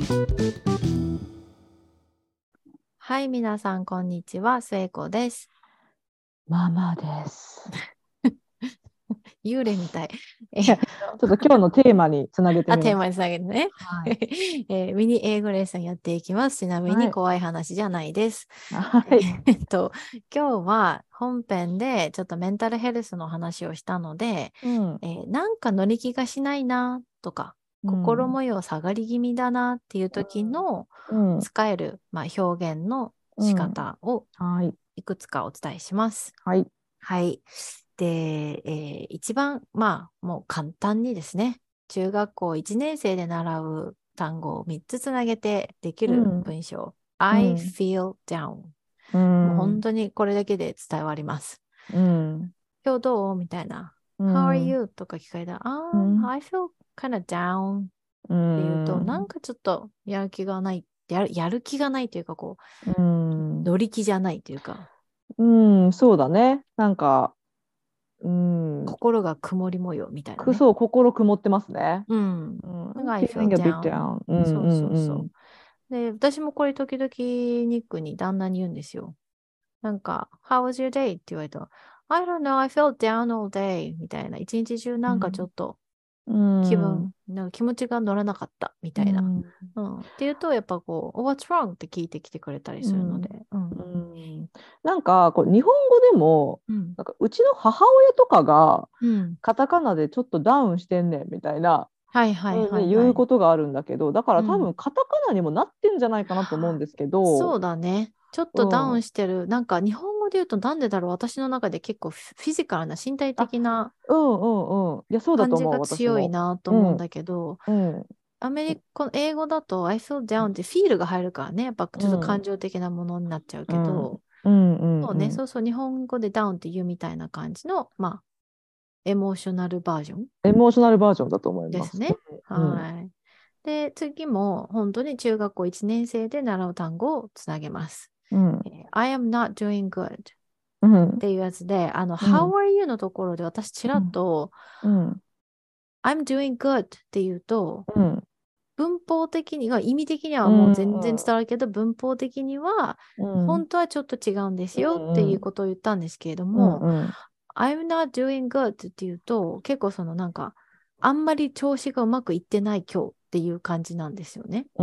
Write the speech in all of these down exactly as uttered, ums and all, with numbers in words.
はい、皆さん、こんにちは。末子です。 ママです。 幽霊みたい。えちょっと今日のテーマにつなげてあ、 みました。 テーマにつなげてね。 はい。 えーミニ英語レッスンやっていきます。ちなみにはい。 怖い話じゃないです。 はい。 えっと、今日は本編でちょっとメンタルヘルスの話をしたので、 うん。 えーなんか乗り気がしないなとか、 うん。 心模様下がり気味だなっていう時のうん。うん。 使える、まあ、表現の仕うん。 方をはい。 いくつかお伝えします。 はい。 はい。で、えー一番、まあ、もう簡単にですね、中学校いちねん生で習う単語をみっつつなげてできるうん。 文章。 う I ん。 feel down。 うもう本ん。 当にこれだけで伝わります。 うん。 今日どうみたいな。 う How are ん。 you? とか聞かれたら、 うあ、 ん。 I feel kind of down っうて言うと、なんん。 かちょっとやる気がない。やる、やる気がないというか、こうう、 ん。 乗り気じゃないというか、 うん。そうだね。なんか、うん。 心が曇り模様みたいなね。 くそう、心曇ってますね。 うん。 うん。 なんか I feel feeling a bit down。 down. うん。 そううん。 そうそうん。 う。で、私もこれ時々ニックに旦那に言うんですよ。なんか、How was your day? って言われたら、I don't know, I felt down all day みたいな。一日中なんかちょっとう気分、 ん。 なんか気持ちが乗らなかったみたいな。 うん。 うん。っていうと、やっぱこう、What's wrong? って聞いてきてくれたりうん。 するので。うん。 うん。なんかこう日本語でもうん。 なんかうちの母親とかがうん。 カタカナでちょっとダウンしてんねんみたいな、 はいはいうんね、 はいはい。 言うことがあるんだけど、だから多うん。 分カタカナにもなってんじゃないかなと思うんですけど、 そうだね。ちょっうとダウん、 ンしてる。なんか日本語で言うとなんでだろう。私の中で結構フィジカルな身体あ、 的なうんうんうん、いやそうだ感じと思うが強い私も。 なとうん、 思うんだけど、 うん、 アメリカ、英語だと I feel down ってフィールが入るからね。やっぱちょっとうん、 感情的なものになっちゃううん、 けど、 うん、うん、 そうね、 うん。 そうそう、日本語でダウンって言うみたいな感じの、まあ、エモーショナルバージョンエモーショナルバージョンだと思います。 ですね。 うん、 はい。で、次も本当に中学校いちねん生で習う単語をつなげます。 うん、 えー I am not doing good っうん、 ていうやつで、あの、 うん、 How are you のところで私ちらっとうん、 I'm doing good っていうと、 うん、 文法的には、意味的にはもううん、 全然伝わるけど、文法的にはうん、うん、 本当はちょっと違うんですうよっていうん、 ことを言ったんですけれどうん、 も、 うん、 I'm not doing good っていうと、結構そのなんか、あんまり調子がうまくいってない今日っていう感じなんですよね。 うん、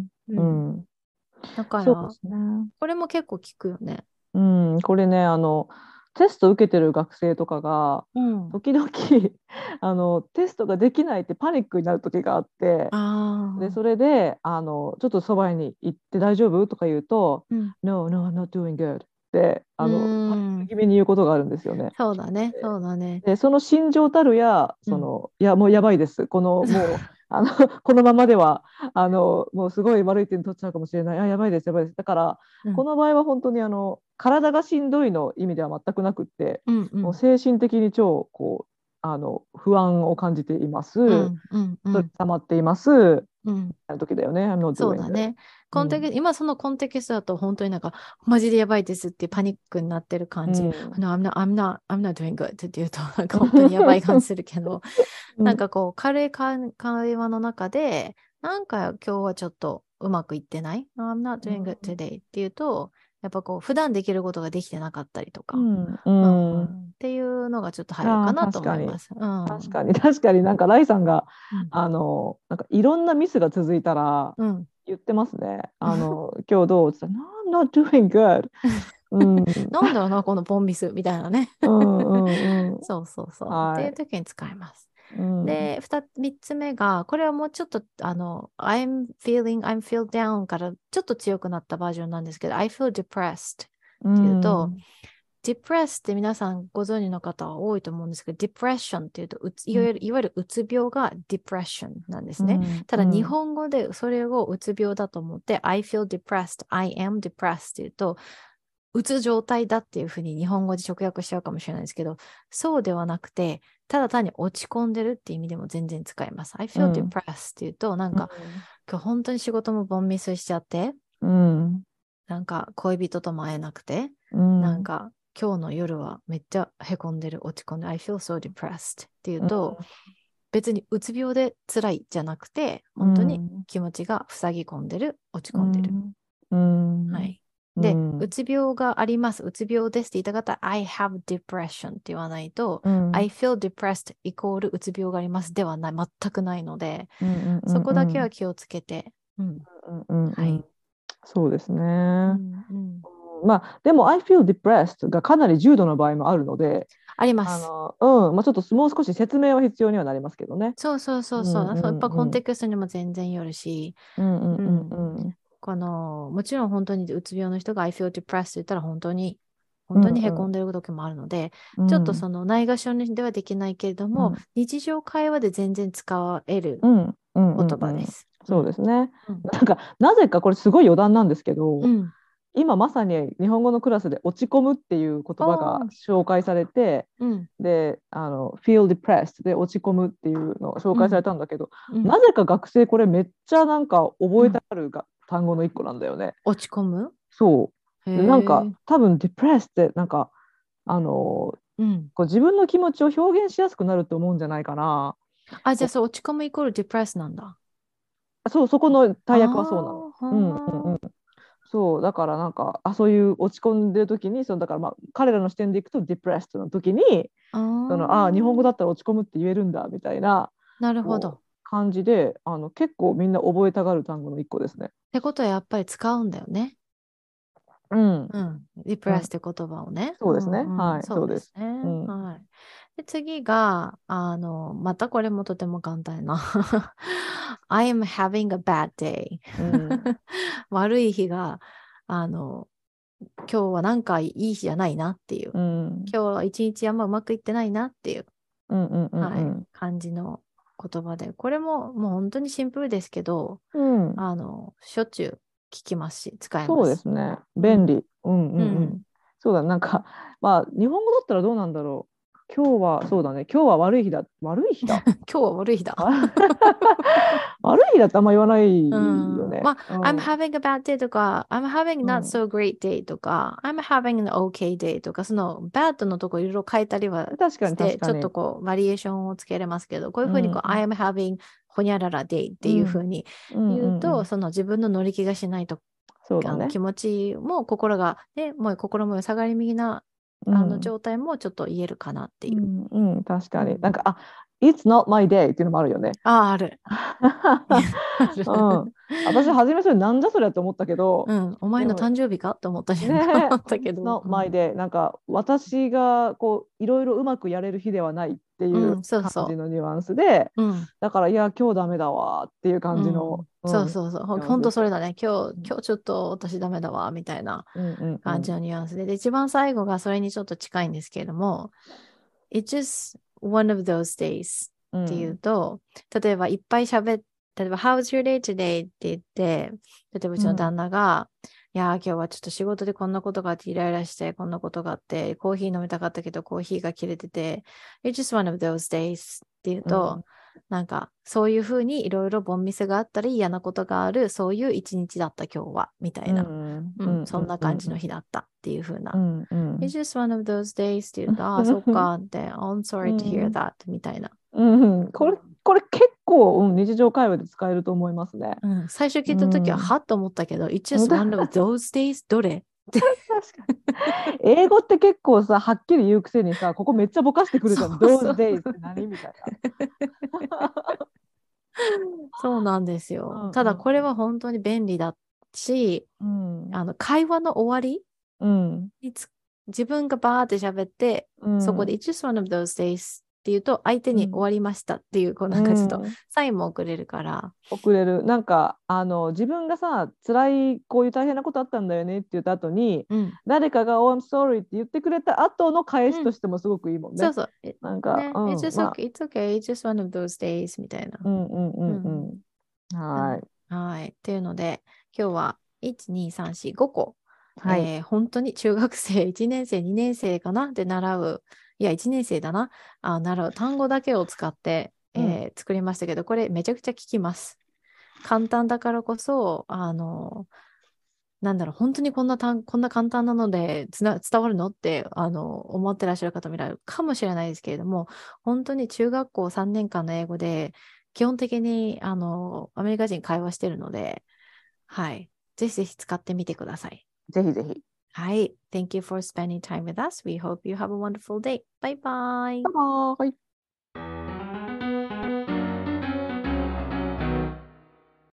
ううん。 ん。 だから、 そうですね。 これも結構聞くよね。 うん、これね、あの、テスト受けてる学生とかが、 うん。 時々あの、テストができないってパニックになる時があって、で、 ああ、 それで、あの、ちょっとそばに行って大丈夫とか言うと、 うん。 No, no, I'm not doing good って、 うあの、パニッーん。 ク気味に言うことがあるんですよね。 そうだね。そうだね。 で、その心情たるや、 うん。 その、いや、もうやばいです。この、もう、あの、このままでは、あの、もうすごい悪い点取っちゃうかもしれない。あ、やばいです、やばいです。だから、 うん。 この場合は本当に、あの、体がしんどいの意味では全くなくって、 うん。うん。 もう精神的に超、こう、あの、不安を感じています。スうん。うん。うトレん。 ス溜まっています。 うん。 あの時だよね。I'm not そう doing だ good. ね。 うん。 コンテキスト、今そのコンテキストだと本当になんか、マジでやばいですってパニックになってるう感じ。 ん。 No, I'm not, I'm not, I'm not doing good って言うと、なんか本当にやばい感じするけど、 うん。 なんかこう、軽い会会話の中で、なんか今日はちょっとうまくいってない ?No, I'm not う doing good ん。 today っていうと、やっぱこう、普段できることができてなかったりとか、 うん。 ううん。 ん、っていうのがちょっと入るああ、 かなと確かに。 思います。うん。 確かに、確かになんか、ライさんが、 うん。 あの、なんかいろんなミスが続いたら、 うん。 言ってますね。あの、今日どうって言ったら、No, I'm not doing good. うん、うん、 なんだろうな、このポンミスみたいなね。 うん、うん。 そうそうそう。っていうはい。 時に使います。 うん、 で、二つ、三つ目が、これはもうちょっと、あの、I'm feeling, I'm feel down からちょっと強くなったバージョンなんですけど、I feel depressed っうていうと、 ん、 depressed って皆さんご存知の方は多いと思うんですけど、depression っていうと、うついうん、 わゆる、いわゆるうつ病が depression なんですね。 うん、 ただ日うん、 本語でそれをうつ病だと思って、I feel depressed, I am depressed っていうと、うつ状態だっていうふうに日本語で直訳しちゃうかもしれないですけど、そうではなくて、ただ単に落ち込んでるっていう意味でも全然使えます。I う feel ん、 depressed っていうと、なんうか今日本当に仕事もボンミスしちゃって、 ん、 なんか恋人とも会えなくて、 うん、 なんか今日の夜はめっちゃへこんでる、落ち込んでる、I feel so depressed っていうと、 別にうつ病で辛いじゃなくて、本当に気持ちが塞ぎ込んでる、落ち込んでる。 うん、 はい。 うで、 ん、 うつ病があります。うつ病ですって言いたかったら、I have depression って言わないと、 うん、 I feel depressed イコールうつ病がありますではない、全くないので、 うん、 そこだけはうん、 気をつけて。うん。 うん、 はい。 そうですね。 うんうん、 まあ、でも、I feel depressed がかなり重度の場合もあるので、 あります。 あの、うん、まあ、ちょっともう少し説明は必要にはなりますけどね。 そうそうそうそう。 うんうやっぱコンんうん。 テクストにも全然よるし、 うんうんうんうん。 うん。 この、もちろん本当にうつ病の人が I feel depressed って言ったら本当に、本当にへうんうんこんでる時もあるので、ちょっとうんそのないがしろにではできないけれども、 うん日常会話で全然使えるうんうんう言んうん。 葉です。うん。 そうですね。 うん。 なんか、なぜかこれすごい余談なんですけど、 うん。 今まさに日本語のクラスで落ち込むっていう言葉がおー。 紹介されて、 うん。 で、あの、feel depressed で落ち込むっていうのが紹介されうん。 たんだけど、 うん。 なぜか学生これめっちゃなんか覚えたうん。 がるが単語の一個なんだよね。 落ち込む。 そへう。でなんかえ。 多分 depressed ってなんか、あの、 うん。 こう自分の気持ちを表現しやすくなると思うんじゃないかな。 あ、じゃあこそう、落ち込むイコール depressed なんだ。 うそう、そこのあ大役はそうなの。 あ、 うんうんうん。 はそう、だからなんか、あ、そういう落ち込んでる時に、そのだからまあ彼らの視点でいくと depressed の時に、 あ。あそのあ、日本語あ、 だったら落ち込むって言えるんだみたいななるほど。 こう感じで、あの結構みんな覚えたがる単語の一個ですね。 ってことはやっぱり使うんだよね。 うん、 うん。リプうん、 ラスって言葉をね。うそうですね。 んうん。 はい、 そうそうです。 ですね。 うん、 はい。で、次が、あの、またこれもとても簡単やな。I am having a bad day. うん、 悪い日が、あの、今日はなんかいい日じゃないなっていう。 うん、 今日は一日あんまうまくいってないなっていう、 うん、うん、うん、 はい、 うん、 感じの言葉で。これももう本当にシンプルですけど、 うん、 あの、しょっちゅう聞きますし、使えそうでます。 すね。 うん。 便利。うん、うん、うん。 うん。 そうだ、なんか、まあ、日本語だったらどうなんだろう。今日は、そうだね。今日は悪い日だ。悪い日だ。 今日は悪い日だ。 悪い日だってあんま言わないうん。 よね。 まあ、I'm うん。 having a bad day とか、I'm having う not ん。 so great day とか、I'm having an okay day とか、その bad のとこいろいろ変えたりは確かに確して、ちょっとかに。 こう、バリエーションをつけれますけど、こういうふうにこう、 うん。 I'm having ほにゃらら day っていうふうん。 うにうん。うん。う言うと、 ん。 その自分の乗り気がしないと、 そうだね。 あの気持ちも心が、ね、もう心も下がり右なあのうん。 状態もちょっと言えるかなっていう。 うん。うん。確かに。なんか、 うん。 あ、It's not my day っていうのもあるよね。 ああ、ある。あうん。 る。 私、初めそれなんじゃそれって思ったけど、 うん、お前でも、 の誕生日かと思った瞬間あねったけ It's ど、 not うん。 my day。なんか、私が、こう、いろいろうまくやれる日ではないっていううん、そう感じそのニュアンスで、 う。うん、 だから、いや、今日ダメだわっていうう感じの、 ん。 うん、ニそうそうそう。ほ、ほんュアンスですよ。 とそれだね。今日、 うん今日ちょっと私ダメだわ、みたいなうんうんう感じんのニュアンスで。で、一番最後がそれにちょっと近いんですけれども、It's just one of those days っていううんと、例えばいっぱい喋っ、例えば How's your day today? って言って、例えばうちの旦那が、いやー今日はちょっと仕事でこんなことがあってイライラしてこんなことがあってコーヒー飲みたかったけどコーヒーが切れてて It's just one of those days っていうと、 うんなんかそういうふうにいろいろボンミスがあったり嫌なことがあるそういう一日だった今日はみたういな、うん、 んうんそんな感じの日だったっていうふうな、 うんうん It's just one of those days って言うと、ああ、そっかって、I'm う sorry to hear ん that みたいな。 うんこれこれ結構、うん、日常会話で使えると思いますね。 うん、最初聞ういたときは、 ん。 はっと思ったけど、It's うん just one of those days どれって。 確かに。英語って結構さ、はっきり言うくせにさ、ここめっちゃぼかしてくるじゃん。 そうそ Those う。 days って何みたいな。 そうなんですよ。 うんただ、これは本当に便利だし、 うんあの会話の終わりうんにつ自分がバーって喋って、 うんそこで It's just one of those days って言うと、相手に終うんわりましたっていう、こううなんかちょっとんサインも送れるから。 遅れる。なんか、あの、自分がさ、辛い、こういう大変なことあったんだよねって言った後に、 うん。 誰かが、Oh, I'm sorry って言ってくれた後の返しうん。 としてもすごくいいもんね。 そうそう。えなんか、 ね。 う It's ん、 just まあ、 okay. It's okay. It's just one of those days みたいな。 うんうんううん。 んうん。 うんはい。 はい。っていうので、今日はいち、に、さん、よん、ごこ、 はい。 えー本当に中学生、いちねん生、にねん生かなで習う、いや、いちねん生だな、あ、習う単語だけを使って、 うん。 えー作りましたけど、これめちゃくちゃ聞きます。簡単だからこそ、あの、 なんだろう、本当にこんな単こんな簡単なのでつな伝わるのってあの思ってらっしゃる方もいられるかもしれないですけれども、本当に中学校さんねんかんの英語で基本的にあのアメリカ人会話してるので、はい。ぜひぜひ使ってみてください。 ぜひぜひ。 はい。Thank you for spending time with us. We hope you have a wonderful day. Bye bye. バイバイ。